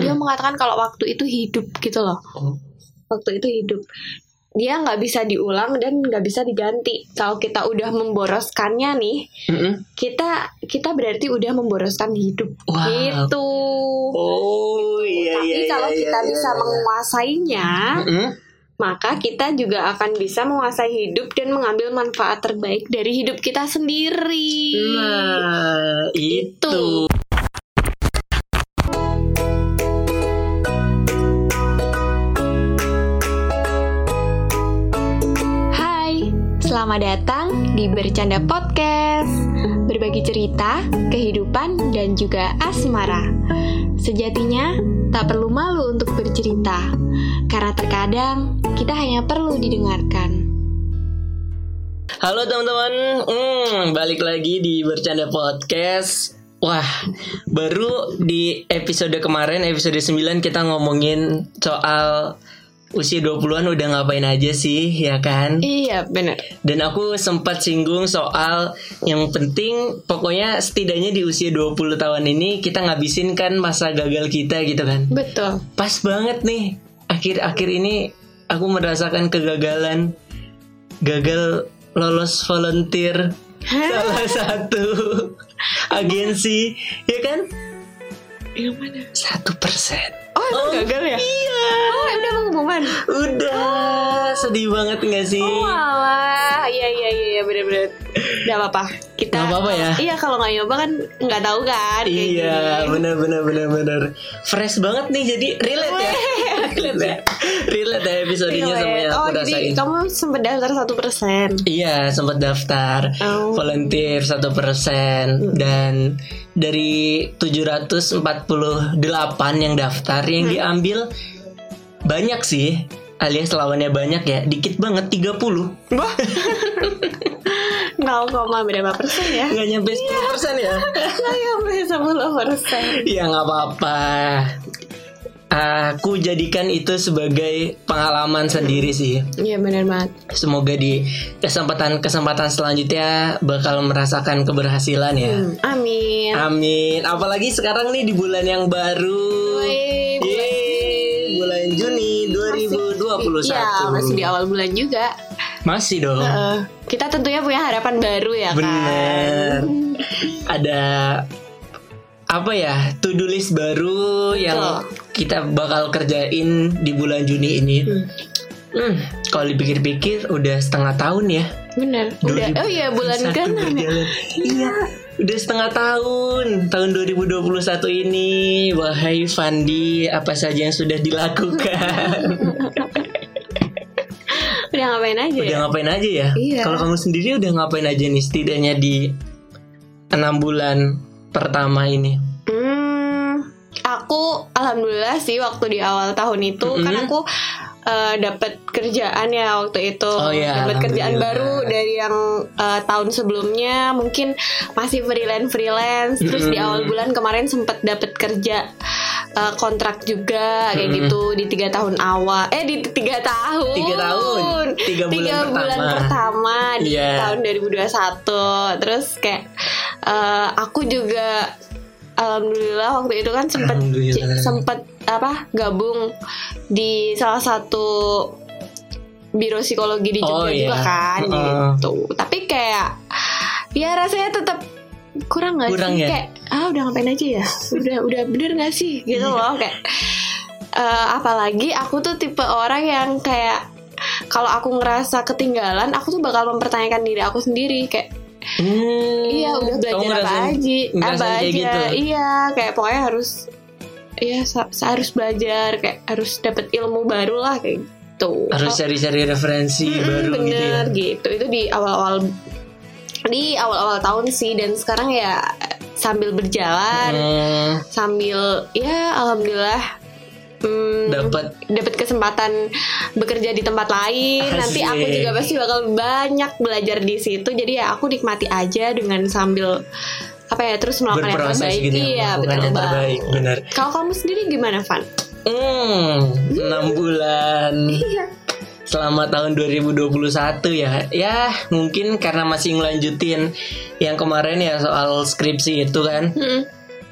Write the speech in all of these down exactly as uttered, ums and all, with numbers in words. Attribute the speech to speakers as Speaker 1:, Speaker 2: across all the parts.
Speaker 1: Dia mengatakan kalau waktu itu hidup gitu loh.
Speaker 2: Oh.
Speaker 1: Waktu itu hidup. Dia nggak bisa diulang dan nggak bisa diganti. Kalau kita udah memboroskannya nih, mm-hmm. kita kita berarti udah memboroskan hidup.
Speaker 2: Wow.
Speaker 1: Gitu.
Speaker 2: Oh iya.
Speaker 1: Tapi
Speaker 2: iya,
Speaker 1: kalau
Speaker 2: iya,
Speaker 1: kita
Speaker 2: iya,
Speaker 1: bisa
Speaker 2: iya.
Speaker 1: menguasainya, mm-hmm. maka kita juga akan bisa menguasai hidup dan mengambil manfaat terbaik dari hidup kita sendiri.
Speaker 2: Nah, itu.
Speaker 1: Selamat datang di Bercanda Podcast. Berbagi cerita, kehidupan, dan juga asmara. Sejatinya, tak perlu malu untuk bercerita, karena terkadang kita hanya perlu didengarkan.
Speaker 2: Halo teman-teman, hmm, balik lagi di Bercanda Podcast. Wah, baru di episode kemarin, episode sembilan kita ngomongin soal usia dua puluhan udah ngapain aja sih, ya kan?
Speaker 1: Iya, benar.
Speaker 2: Dan aku sempat singgung soal yang penting pokoknya setidaknya di usia dua puluh tahun ini kita ngabisin kan masa gagal kita gitu kan.
Speaker 1: Betul.
Speaker 2: Pas banget nih, akhir-akhir ini aku merasakan kegagalan. Gagal lolos volunteer salah satu agensi, ya kan?
Speaker 1: Yang mana?
Speaker 2: Satu persen.
Speaker 1: Oh, oh gagal ya?
Speaker 2: Iya.
Speaker 1: Oh, udah pengumuman?
Speaker 2: Udah. Oh. Sedih banget gak sih?
Speaker 1: Oh alah. Iya, iya, iya, bener-bener. Gak apa-apa. Kita
Speaker 2: gak apa-apa ya?
Speaker 1: Iya, kalau gak nyoba kan gak tahu kan.
Speaker 2: Iya, bener-bener bener-bener fresh banget nih. Jadi relate ya. Relate ya. Relate ya episodenya sama yang
Speaker 1: oh,
Speaker 2: aku rasain.
Speaker 1: Jadi kamu sempat daftar satu persen.
Speaker 2: Iya, sempat daftar oh. volunteer satu persen. Dan dari tujuh ratus empat puluh delapan yang daftar, yang hmm. diambil banyak sih, alias lawannya banyak ya, dikit banget tiga puluh.
Speaker 1: Wah. nol koma berapa persen ya?
Speaker 2: Nggak nyampe sepuluh persen ya?
Speaker 1: Nggak nyampe sepuluh persen.
Speaker 2: Ya nggak apa-apa. Aku jadikan itu sebagai pengalaman sendiri sih.
Speaker 1: Iya, benar banget.
Speaker 2: Semoga di kesempatan-kesempatan selanjutnya bakal merasakan keberhasilan ya.
Speaker 1: Hmm, amin.
Speaker 2: Amin. Apalagi sekarang nih di bulan yang baru.
Speaker 1: Wih, bulan
Speaker 2: Yeay, bulan Juni dua ribu dua puluh satu.
Speaker 1: Iya, masih di awal bulan juga.
Speaker 2: Masih dong.
Speaker 1: Uh, kita tentunya punya harapan baru ya.
Speaker 2: Bener.
Speaker 1: Kan.
Speaker 2: Ada apa ya, to-do list baru. Betul. Yang kita bakal kerjain di bulan Juni ini. Hmm. Hmm, kalau dipikir-pikir udah setengah tahun ya.
Speaker 1: Bener. Udah. Oh iya, bulan kan.
Speaker 2: Iya. Udah setengah tahun. Tahun dua ribu dua puluh satu ini. Wahai Fandi, apa saja yang sudah dilakukan?
Speaker 1: Udah ngapain aja
Speaker 2: Udah
Speaker 1: ya?
Speaker 2: ngapain aja ya?
Speaker 1: Iya.
Speaker 2: Kalau kamu sendiri udah ngapain aja nih setidaknya di enam bulan pertama ini?
Speaker 1: Hmm, aku alhamdulillah sih waktu di awal tahun itu mm-hmm. kan aku uh, dapat kerjaan ya waktu itu.
Speaker 2: Oh, yeah,
Speaker 1: dapat kerjaan baru dari yang uh, tahun sebelumnya mungkin masih freelance freelance. Terus mm-hmm. di awal bulan kemarin sempat dapat kerja uh, kontrak juga kayak mm-hmm. gitu di tiga tahun awal. Eh di tiga tahun.
Speaker 2: Tiga tahun. Tiga bulan
Speaker 1: tiga
Speaker 2: pertama.
Speaker 1: bulan pertama di
Speaker 2: yeah.
Speaker 1: tahun dua ribu dua puluh satu. Terus kayak uh, aku juga alhamdulillah waktu itu kan sempat sempat apa gabung di salah satu biro psikologi di Jogja oh, juga iya. kan uh. gitu. Tapi kayak ya rasanya tetap kurang nggak sih?
Speaker 2: Ya?
Speaker 1: Kayak ah udah ngapain aja ya? Udah udah bener nggak sih? Gitu loh kayak. Uh, apalagi aku tuh tipe orang yang kayak kalau aku ngerasa ketinggalan, aku tuh bakal mempertanyakan diri aku sendiri kayak. Hmm, iya udah belajar apa aja, apa aja, gitu. Iya kayak pokoknya harus, iya harus belajar, kayak harus dapet ilmu baru lah kayak gitu.
Speaker 2: Harus cari-cari referensi hmm, baru
Speaker 1: bener,
Speaker 2: gitu ya.
Speaker 1: Gitu itu di awal-awal di awal-awal tahun sih, dan sekarang ya sambil berjalan, hmm. sambil ya alhamdulillah. Hmm,
Speaker 2: dapat
Speaker 1: dapat kesempatan bekerja di tempat lain. Asik. Nanti aku juga pasti bakal banyak belajar di situ. Jadi ya aku nikmati aja dengan sambil apa ya terus melakukan yang terbaik.
Speaker 2: Gitu
Speaker 1: iya betul
Speaker 2: yang terbaik, benar.
Speaker 1: Kalau kamu sendiri gimana, Van?
Speaker 2: Hmm, enam bulan.
Speaker 1: Iya.
Speaker 2: Selama tahun dua ribu dua puluh satu ya. Ya mungkin karena masih ngelanjutin yang kemarin ya soal skripsi itu kan. Hmm.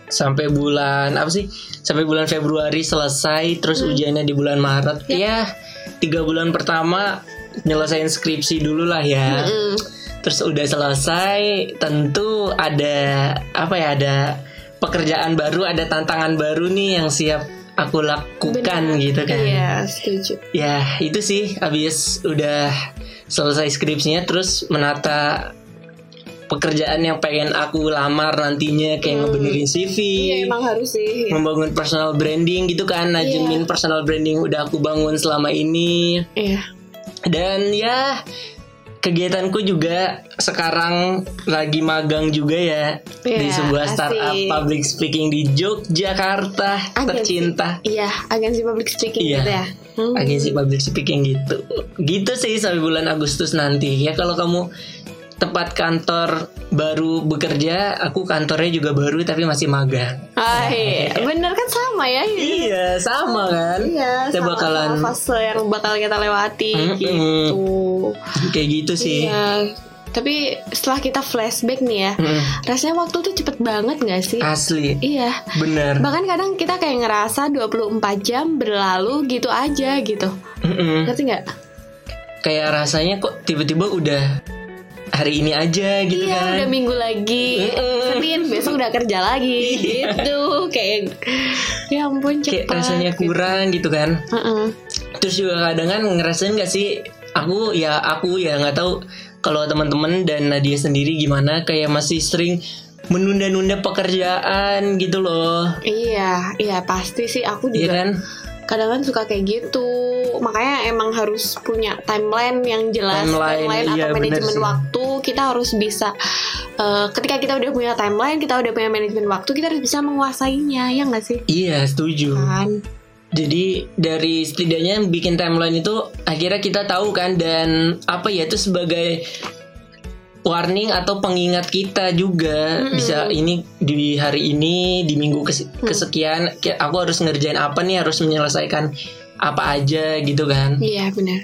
Speaker 2: sampai bulan apa sih? Sampai bulan Februari selesai, terus hmm. ujiannya di bulan Maret. Ya, ya tiga bulan pertama nyelesain skripsi dulu lah ya. Hmm. Terus udah selesai, tentu ada apa ya? Ada pekerjaan baru, ada tantangan baru nih yang siap aku lakukan. Benar. Gitu kan.
Speaker 1: Iya, setuju.
Speaker 2: Ya, itu sih habis udah selesai skripsinya, terus menata pekerjaan yang pengen aku lamar nantinya, kayak hmm. ngebenerin C V.
Speaker 1: Iya, emang harus sih.
Speaker 2: Membangun personal branding gitu kan, najemin yeah. personal branding udah aku bangun selama ini.
Speaker 1: Iya.
Speaker 2: Dan ya kegiatanku juga sekarang lagi magang juga ya, yeah, di sebuah asik. startup public speaking di Yogyakarta, agensi, tercinta.
Speaker 1: Iya, agensi public speaking iya, gitu ya.
Speaker 2: Hmm. Agensi public speaking gitu. Gitu sih sampai bulan Agustus nanti. Ya kalau kamu tempat kantor baru bekerja, aku kantornya juga baru tapi masih magang.
Speaker 1: Ah, iya. Bener kan sama ya?
Speaker 2: Iya, sama kan?
Speaker 1: Iya,
Speaker 2: kita
Speaker 1: sama,
Speaker 2: bakalan
Speaker 1: sama fase yang bakal kita lewati mm-hmm. gitu.
Speaker 2: Kayak gitu sih.
Speaker 1: Iya. Tapi setelah kita flashback nih ya, mm. rasanya waktu tuh cepet banget gak sih?
Speaker 2: Asli.
Speaker 1: Iya.
Speaker 2: Bener.
Speaker 1: Bahkan kadang kita kayak ngerasa dua puluh empat jam berlalu gitu aja gitu.
Speaker 2: Mm-mm.
Speaker 1: Ngerti gak?
Speaker 2: Kayak rasanya kok tiba-tiba udah hari ini aja gitu
Speaker 1: iya,
Speaker 2: kan. Iya,
Speaker 1: udah minggu lagi. Mm-mm. Senin besok udah kerja lagi gitu. Kayak ya ampun cepet.
Speaker 2: Kayak rasanya kurang gitu kan.
Speaker 1: Mm-mm.
Speaker 2: Terus juga kadang kan ngerasain gak sih, aku ya aku ya nggak tahu kalau teman-teman dan Nadia sendiri gimana, kayak masih sering menunda-nunda pekerjaan gitu loh.
Speaker 1: Iya, iya pasti sih, aku juga.
Speaker 2: Iya kan?
Speaker 1: Kadang kan suka kayak gitu. Makanya emang harus punya timeline yang jelas, timeline, timeline
Speaker 2: iya,
Speaker 1: atau manajemen waktu. Kita harus bisa uh, ketika kita udah punya timeline, kita udah punya manajemen waktu, kita harus bisa menguasainya, ya nggak sih?
Speaker 2: Iya, setuju.
Speaker 1: Kan?
Speaker 2: Jadi dari setidaknya bikin timeline itu akhirnya kita tahu kan, dan apa ya, itu sebagai warning atau pengingat kita juga. Mm-hmm. Bisa ini di hari ini, di minggu kes- kesekian aku harus ngerjain apa nih, harus menyelesaikan apa aja gitu kan.
Speaker 1: Iya benar.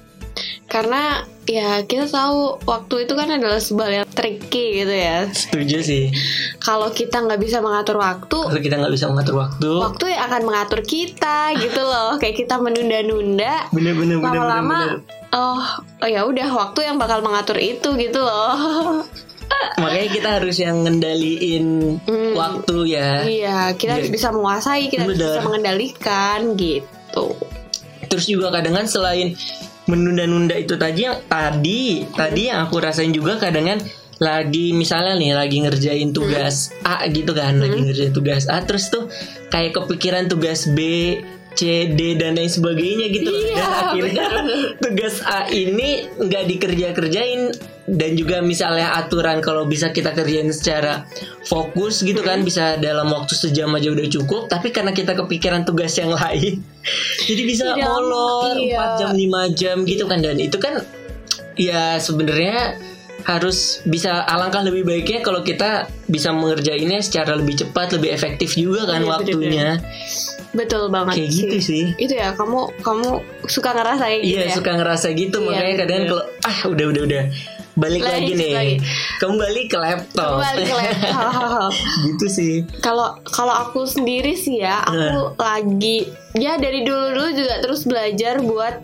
Speaker 1: Karena ya kita tahu waktu itu kan adalah sebuah yang tricky gitu ya.
Speaker 2: Setuju sih.
Speaker 1: Kalau kita nggak bisa mengatur waktu,
Speaker 2: kalau kita nggak bisa mengatur waktu,
Speaker 1: waktu yang akan mengatur kita gitu loh. Kayak kita menunda-nunda.
Speaker 2: Bener-bener.
Speaker 1: Lama-lama, oh, oh ya udah waktu yang bakal mengatur itu gitu loh.
Speaker 2: Makanya kita harus yang ngendaliin hmm, waktu ya.
Speaker 1: Iya, kita ya, harus bisa menguasai, kita harus bisa mengendalikan gitu.
Speaker 2: Terus juga kadang kan selain menunda-nunda itu tadi yang tadi hmm. tadi yang aku rasain juga kadang kan lagi misalnya nih lagi ngerjain tugas hmm. A gitu kan, hmm. lagi ngerjain tugas A, terus tuh kayak kepikiran tugas B, C, D dan lain sebagainya gitu. Iya, dan akhirnya tugas A ini nggak dikerja-kerjain. Dan juga misalnya aturan kalau bisa kita kerjain secara fokus gitu kan, bisa dalam waktu sejam aja udah cukup. Tapi karena kita kepikiran tugas yang lain, jadi bisa
Speaker 1: ya,
Speaker 2: molor
Speaker 1: iya.
Speaker 2: empat jam lima jam gitu kan. Dan itu kan ya sebenarnya harus bisa, alangkah lebih baiknya kalau kita bisa mengerjainnya secara lebih cepat, lebih efektif juga kan, iya, waktunya.
Speaker 1: Betul banget.
Speaker 2: Kayak
Speaker 1: sih.
Speaker 2: gitu sih.
Speaker 1: Itu ya, kamu kamu suka ngerasain gitu
Speaker 2: iya,
Speaker 1: ya.
Speaker 2: Iya, suka ngerasa gitu. Iya, makanya kadang kalau ah udah udah udah balik lagi, lagi nih lagi. Kembali ke laptop.
Speaker 1: Kembali ke laptop.
Speaker 2: Gitu sih.
Speaker 1: Kalau kalau aku sendiri sih ya, aku uh. lagi ya dari dulu-dulu juga terus belajar buat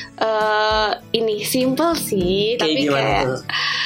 Speaker 1: uh, ini simple sih, kayak tapi kayak tuh?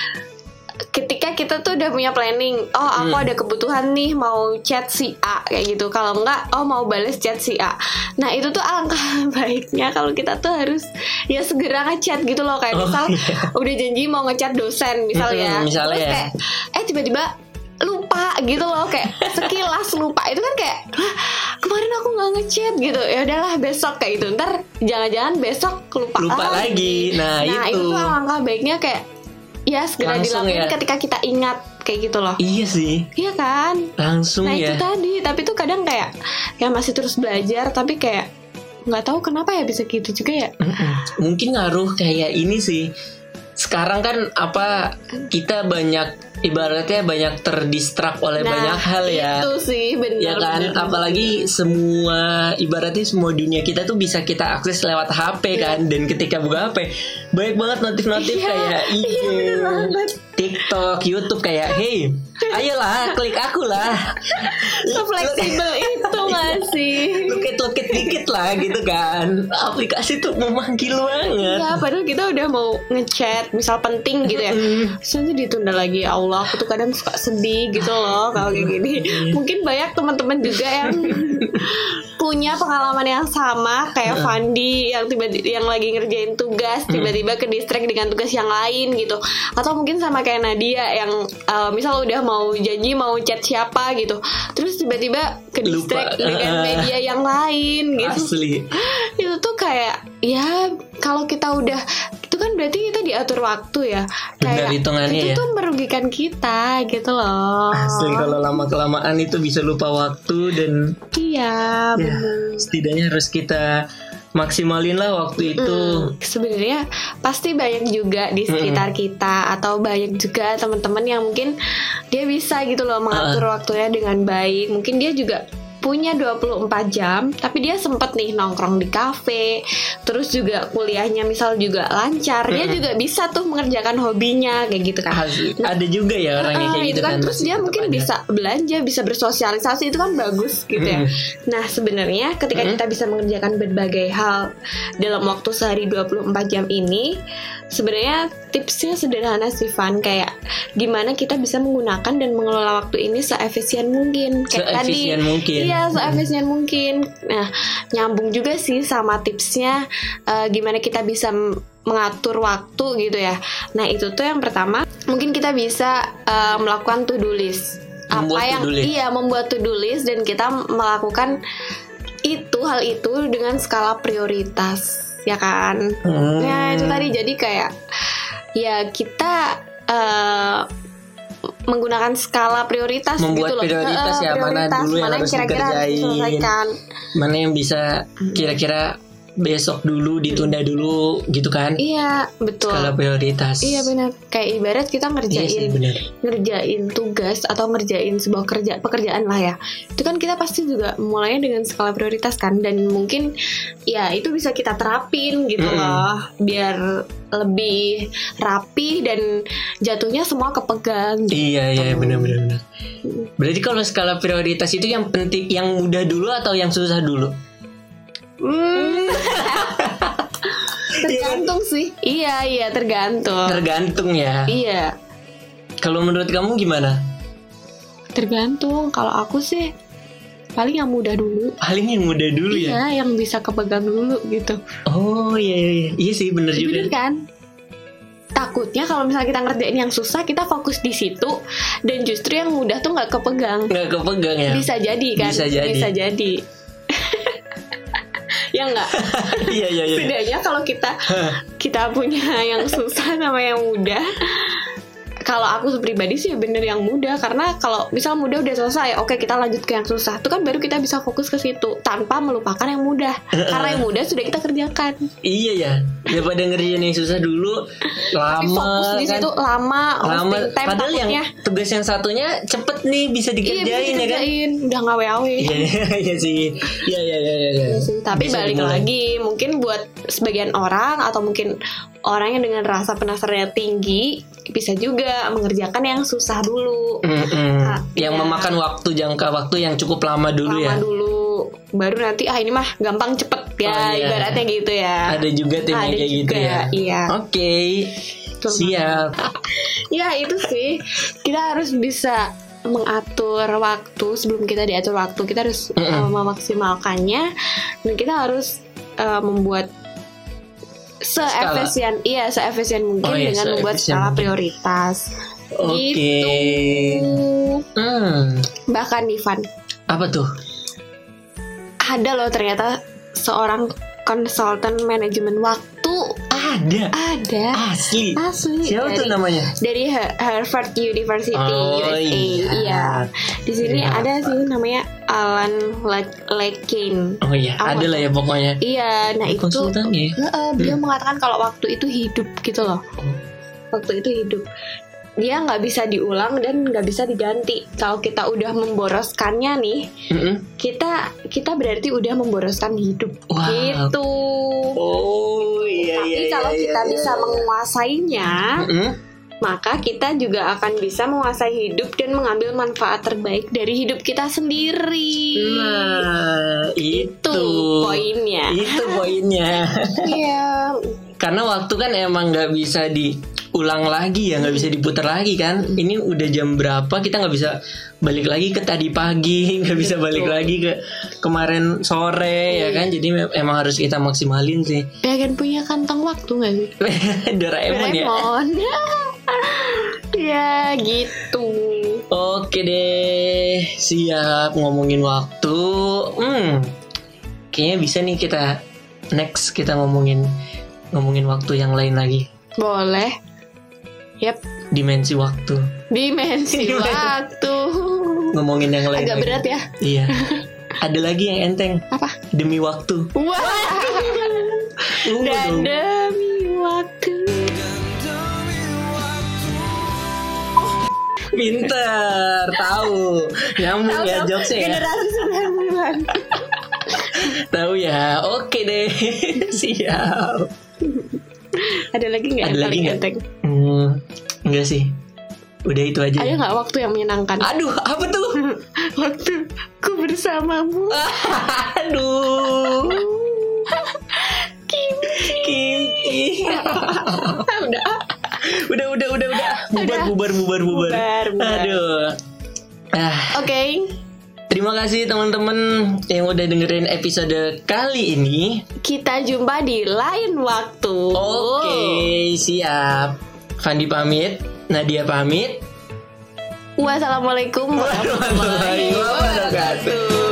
Speaker 1: Ketika kita tuh udah punya planning, oh aku hmm. ada kebutuhan nih mau chat si A kayak gitu, kalau enggak oh mau bales chat si A. Nah itu tuh alangkah baiknya kalau kita tuh harus ya segera ngechat gitu loh, kayak oh, misal yeah. udah janji mau ngechat dosen misalnya,
Speaker 2: hmm, misalnya
Speaker 1: terus kayak eh tiba-tiba lupa gitu loh, kayak sekilas lupa, itu kan kayak kemarin aku nggak ngechat gitu, ya udahlah besok kayak gitu, ntar jangan-jangan besok lupa,
Speaker 2: lupa lagi. lagi. Nah,
Speaker 1: nah itu. itu tuh alangkah baiknya kayak ya segera langsung dilakukan ya. Ketika kita ingat kayak gitu loh.
Speaker 2: Iya sih.
Speaker 1: Iya kan.
Speaker 2: Langsung
Speaker 1: nah,
Speaker 2: ya.
Speaker 1: Nah itu tadi. Tapi tuh kadang kayak ya masih terus belajar, tapi kayak nggak tahu kenapa ya bisa gitu juga ya.
Speaker 2: Mungkin ngaruh kayak ini sih. Sekarang kan apa, kita banyak ibaratnya banyak terdistrak oleh nah, banyak hal ya.
Speaker 1: Itu sih benar.
Speaker 2: Ya kan, bener, apalagi bener. semua ibaratnya semua dunia kita tuh bisa kita akses lewat H P kan. Dan ketika buka H P banyak banget notif-notif iya, kayak I G,
Speaker 1: iya,
Speaker 2: TikTok, YouTube kayak, hey, ayolah klik aku lah.
Speaker 1: Sefleksibel itu gak sih?
Speaker 2: Lukit-lukit dikit lah gitu kan. Aplikasi tuh memanggil banget.
Speaker 1: Ya padahal kita udah mau ngechat misal penting gitu ya, terus nanti ditunda lagi. Ya Allah, aku tuh kadang suka sedih gitu loh kalau kayak gini. Mungkin banyak teman-teman juga yang punya pengalaman yang sama kayak Fandi yang tiba-tiba yang lagi ngerjain tugas tiba-tiba ke distract dengan tugas yang lain gitu. Atau mungkin sama kayak Nadia yang uh, misal udah mau janji mau chat siapa gitu, terus tiba-tiba ke distract dengan media yang lain gitu.
Speaker 2: Asli.
Speaker 1: Itu tuh kayak ya kalau kita udah itu kan berarti kita diatur waktu ya.
Speaker 2: Benar
Speaker 1: Kayak
Speaker 2: hitungannya
Speaker 1: itu
Speaker 2: ya.
Speaker 1: tuh merugikan kita gitu loh.
Speaker 2: Asli kalau lama kelamaan itu bisa lupa waktu dan
Speaker 1: Iya,
Speaker 2: ya,
Speaker 1: bener.
Speaker 2: setidaknya harus kita maksimalin lah waktu itu.
Speaker 1: Mm, sebenarnya pasti banyak juga di sekitar kita atau banyak juga teman-teman yang mungkin dia bisa gitu loh mengatur
Speaker 2: Uh.
Speaker 1: waktunya dengan baik. Mungkin dia juga punya dua puluh empat jam tapi dia sempet nih nongkrong di kafe, terus juga kuliahnya misal juga lancar, dia juga bisa tuh mengerjakan hobinya kayak gitu kan.
Speaker 2: Asli. Ada juga ya orang yang
Speaker 1: Ah,
Speaker 2: kayak
Speaker 1: itu
Speaker 2: gitu
Speaker 1: kan,
Speaker 2: kan.
Speaker 1: terus
Speaker 2: masih
Speaker 1: dia
Speaker 2: tetap
Speaker 1: mungkin
Speaker 2: ada.
Speaker 1: bisa belanja, bisa bersosialisasi, itu kan bagus gitu ya. Nah sebenarnya ketika kita bisa mengerjakan berbagai hal dalam waktu sehari dua puluh empat jam ini, sebenarnya tipsnya sederhana sih Van, kayak gimana kita bisa menggunakan dan mengelola waktu ini seefisien mungkin kayak tadi.
Speaker 2: Seefisien mungkin.
Speaker 1: Iya, seefisien mungkin. Nah nyambung juga sih sama tipsnya uh, gimana kita bisa mengatur waktu gitu ya. Nah itu tuh yang pertama, mungkin kita bisa uh, melakukan to-do list.
Speaker 2: Membuat
Speaker 1: Apa yang
Speaker 2: to-do list.
Speaker 1: iya membuat to-do list dan kita melakukan itu hal itu dengan skala prioritas, ya kan?
Speaker 2: Hmm.
Speaker 1: Nah itu tadi, jadi kayak ya kita uh, menggunakan skala prioritas
Speaker 2: Membuat
Speaker 1: gitu loh.
Speaker 2: prioritas
Speaker 1: Uh,
Speaker 2: ya, mana dulu yang
Speaker 1: mana
Speaker 2: harus
Speaker 1: kira-kira harus
Speaker 2: dikerjain.
Speaker 1: diselesaikan.
Speaker 2: Mana yang bisa kira-kira besok dulu ditunda dulu gitu kan.
Speaker 1: Iya betul.
Speaker 2: Skala prioritas.
Speaker 1: Iya benar. Kayak ibarat kita
Speaker 2: Iya
Speaker 1: ngerjain
Speaker 2: sih, benar.
Speaker 1: ngerjain tugas atau ngerjain sebuah kerja pekerjaan lah ya. Itu kan kita pasti juga mulainya dengan skala prioritas kan, dan mungkin ya itu bisa kita terapin gitu
Speaker 2: Mm-mm.
Speaker 1: loh biar lebih rapi dan jatuhnya semua kepegang.
Speaker 2: Iya iya benar-benar. Berarti kalau skala prioritas itu yang penting, yang mudah dulu atau yang susah dulu?
Speaker 1: Hmm. Tergantung sih. Iya iya tergantung.
Speaker 2: Tergantung ya.
Speaker 1: Iya
Speaker 2: Kalau menurut kamu gimana?
Speaker 1: tergantung. Kalau aku sih paling yang mudah dulu.
Speaker 2: Paling yang mudah dulu ya.
Speaker 1: Iya, yang bisa kepegang dulu gitu.
Speaker 2: Oh iya iya iya, iya sih bener juga.
Speaker 1: Bener kan? Takutnya kalau misalnya kita ngerjain yang susah, kita fokus di situ dan justru yang mudah tuh nggak kepegang.
Speaker 2: Nggak kepegang ya.
Speaker 1: Bisa jadi kan?
Speaker 2: Bisa jadi.
Speaker 1: Bisa jadi. Ya nggak?
Speaker 2: Iya iya iya.
Speaker 1: Setidaknya kalau kita kita punya yang susah sama yang mudah. Kalau aku pribadi sih bener yang mudah, karena kalau misal mudah udah selesai, oke kita lanjut ke yang susah. Itu kan baru kita bisa fokus ke situ tanpa melupakan yang mudah. Karena yang mudah sudah kita kerjakan.
Speaker 2: Iya ya. Daripada ngerjain yang susah dulu lama.
Speaker 1: Tapi fokus di
Speaker 2: kan.
Speaker 1: situ lama,
Speaker 2: Lama.
Speaker 1: wasting time
Speaker 2: Padahal yang
Speaker 1: takutnya.
Speaker 2: tugas yang satunya cepet nih bisa
Speaker 1: Iya,
Speaker 2: dikerjain
Speaker 1: bisa
Speaker 2: ya kan.
Speaker 1: dikerjain. Udah ngawe-awe.
Speaker 2: Iya iya sih. Iya iya iya iya.
Speaker 1: Iya sih, tapi
Speaker 2: Bisa
Speaker 1: balik
Speaker 2: dimulai.
Speaker 1: lagi, mungkin buat sebagian orang atau mungkin orang yang dengan rasa penasarannya tinggi bisa juga mengerjakan yang susah dulu.
Speaker 2: Mm-mm.
Speaker 1: Ah,
Speaker 2: Yang
Speaker 1: iya.
Speaker 2: memakan waktu, jangka waktu yang cukup lama dulu
Speaker 1: Lama
Speaker 2: ya.
Speaker 1: dulu, baru nanti ah ini mah gampang cepet ya,
Speaker 2: Oh, iya.
Speaker 1: ibaratnya gitu ya.
Speaker 2: Ada juga tim yang
Speaker 1: Ada
Speaker 2: kayak gitu
Speaker 1: juga,
Speaker 2: ya.
Speaker 1: iya.
Speaker 2: Oke.
Speaker 1: Betul.
Speaker 2: Siap.
Speaker 1: Ya itu sih, kita harus bisa mengatur waktu sebelum kita diatur waktu. Kita harus
Speaker 2: Mm-mm.
Speaker 1: uh, memaksimalkannya dan kita harus uh, membuat seefisien iya seefisien mungkin
Speaker 2: Oh, iya,
Speaker 1: dengan membuat
Speaker 2: seefisien
Speaker 1: skala
Speaker 2: mungkin.
Speaker 1: prioritas.
Speaker 2: Oke.
Speaker 1: Gitu.
Speaker 2: Hmm.
Speaker 1: Bahkan Ivan,
Speaker 2: Apa tuh?
Speaker 1: ada loh ternyata seorang konsultan manajemen waktu.
Speaker 2: Ada.
Speaker 1: Ada.
Speaker 2: Asli.
Speaker 1: Asli.
Speaker 2: Siapa tuh
Speaker 1: dari-
Speaker 2: namanya?
Speaker 1: Dari Ha- Harvard University
Speaker 2: Oh,
Speaker 1: U S A.
Speaker 2: iya.
Speaker 1: Iya. Di sini
Speaker 2: Iya.
Speaker 1: ada sih namanya Alan Le- Leckin.
Speaker 2: Oh iya,
Speaker 1: Apa
Speaker 2: ada lah ya pokoknya.
Speaker 1: Iya, nah itu
Speaker 2: Konsultan ya.
Speaker 1: Heeh, beliau mengatakan kalau waktu itu hidup gitu loh.
Speaker 2: Oh.
Speaker 1: Waktu itu hidup. Dia nggak bisa diulang dan nggak bisa diganti. Kalau kita udah memboroskannya nih,
Speaker 2: Mm-mm.
Speaker 1: kita kita berarti udah memboroskan hidup.
Speaker 2: Wow.
Speaker 1: Gitu.
Speaker 2: Oh iya
Speaker 1: Tapi
Speaker 2: iya.
Speaker 1: kalau
Speaker 2: iya,
Speaker 1: kita
Speaker 2: iya,
Speaker 1: bisa
Speaker 2: iya.
Speaker 1: menguasainya,
Speaker 2: Mm-mm.
Speaker 1: maka kita juga akan bisa menguasai hidup dan mengambil manfaat terbaik dari hidup kita sendiri.
Speaker 2: Nah, itu,
Speaker 1: itu poinnya.
Speaker 2: Itu poinnya.
Speaker 1: Iya.
Speaker 2: Karena waktu kan emang nggak bisa diulang lagi ya, nggak bisa diputar lagi kan. Ini udah jam berapa, kita nggak bisa balik lagi ke tadi pagi, nggak bisa balik lagi ke kemarin sore ya kan. Jadi me- emang harus kita maksimalin sih.
Speaker 1: Pengen punya kantong waktu nggak sih?
Speaker 2: Doraemon ya.
Speaker 1: Doraemon. Ya gitu.
Speaker 2: Oke deh, siap ngomongin waktu. Hmm, kayaknya bisa nih kita next kita ngomongin ngomongin waktu yang lain lagi.
Speaker 1: Boleh. Yap.
Speaker 2: Dimensi waktu.
Speaker 1: Dimensi waktu.
Speaker 2: Ngomongin yang lain.
Speaker 1: Agak
Speaker 2: lagi.
Speaker 1: berat ya.
Speaker 2: Iya. Ada lagi yang enteng.
Speaker 1: Apa?
Speaker 2: Demi waktu.
Speaker 1: Wah.
Speaker 2: Uh,
Speaker 1: Dan
Speaker 2: dong.
Speaker 1: demi waktu.
Speaker 2: Pinter, tahu. Nyambung ya jokesnya ya.
Speaker 1: Generasi sembilan puluhan.
Speaker 2: Tahu ya. Oke deh. Siap.
Speaker 1: Ada lagi nggak
Speaker 2: Ada
Speaker 1: yang
Speaker 2: lagi
Speaker 1: paling
Speaker 2: nggak?
Speaker 1: enteng?
Speaker 2: Hmm, enggak sih. Udah itu aja.
Speaker 1: Ada nggak waktu yang menyenangkan?
Speaker 2: Aduh, apa tuh?
Speaker 1: Waktu ku bersamamu.
Speaker 2: Aduh.
Speaker 1: Kimchi.
Speaker 2: Kimchi.
Speaker 1: Udah.
Speaker 2: Udah, udah, udah, udah. Bubar,
Speaker 1: Udah.
Speaker 2: bubar, bubar, bubar.
Speaker 1: Bubar, bubar.
Speaker 2: Aduh. Ah,
Speaker 1: Oke.
Speaker 2: terima kasih teman-teman yang udah dengerin episode kali ini.
Speaker 1: Kita jumpa di lain waktu.
Speaker 2: Oke, siap. Fandi pamit, Nadia pamit.
Speaker 1: Wassalamualaikum warahmatullahi wabarakatuh.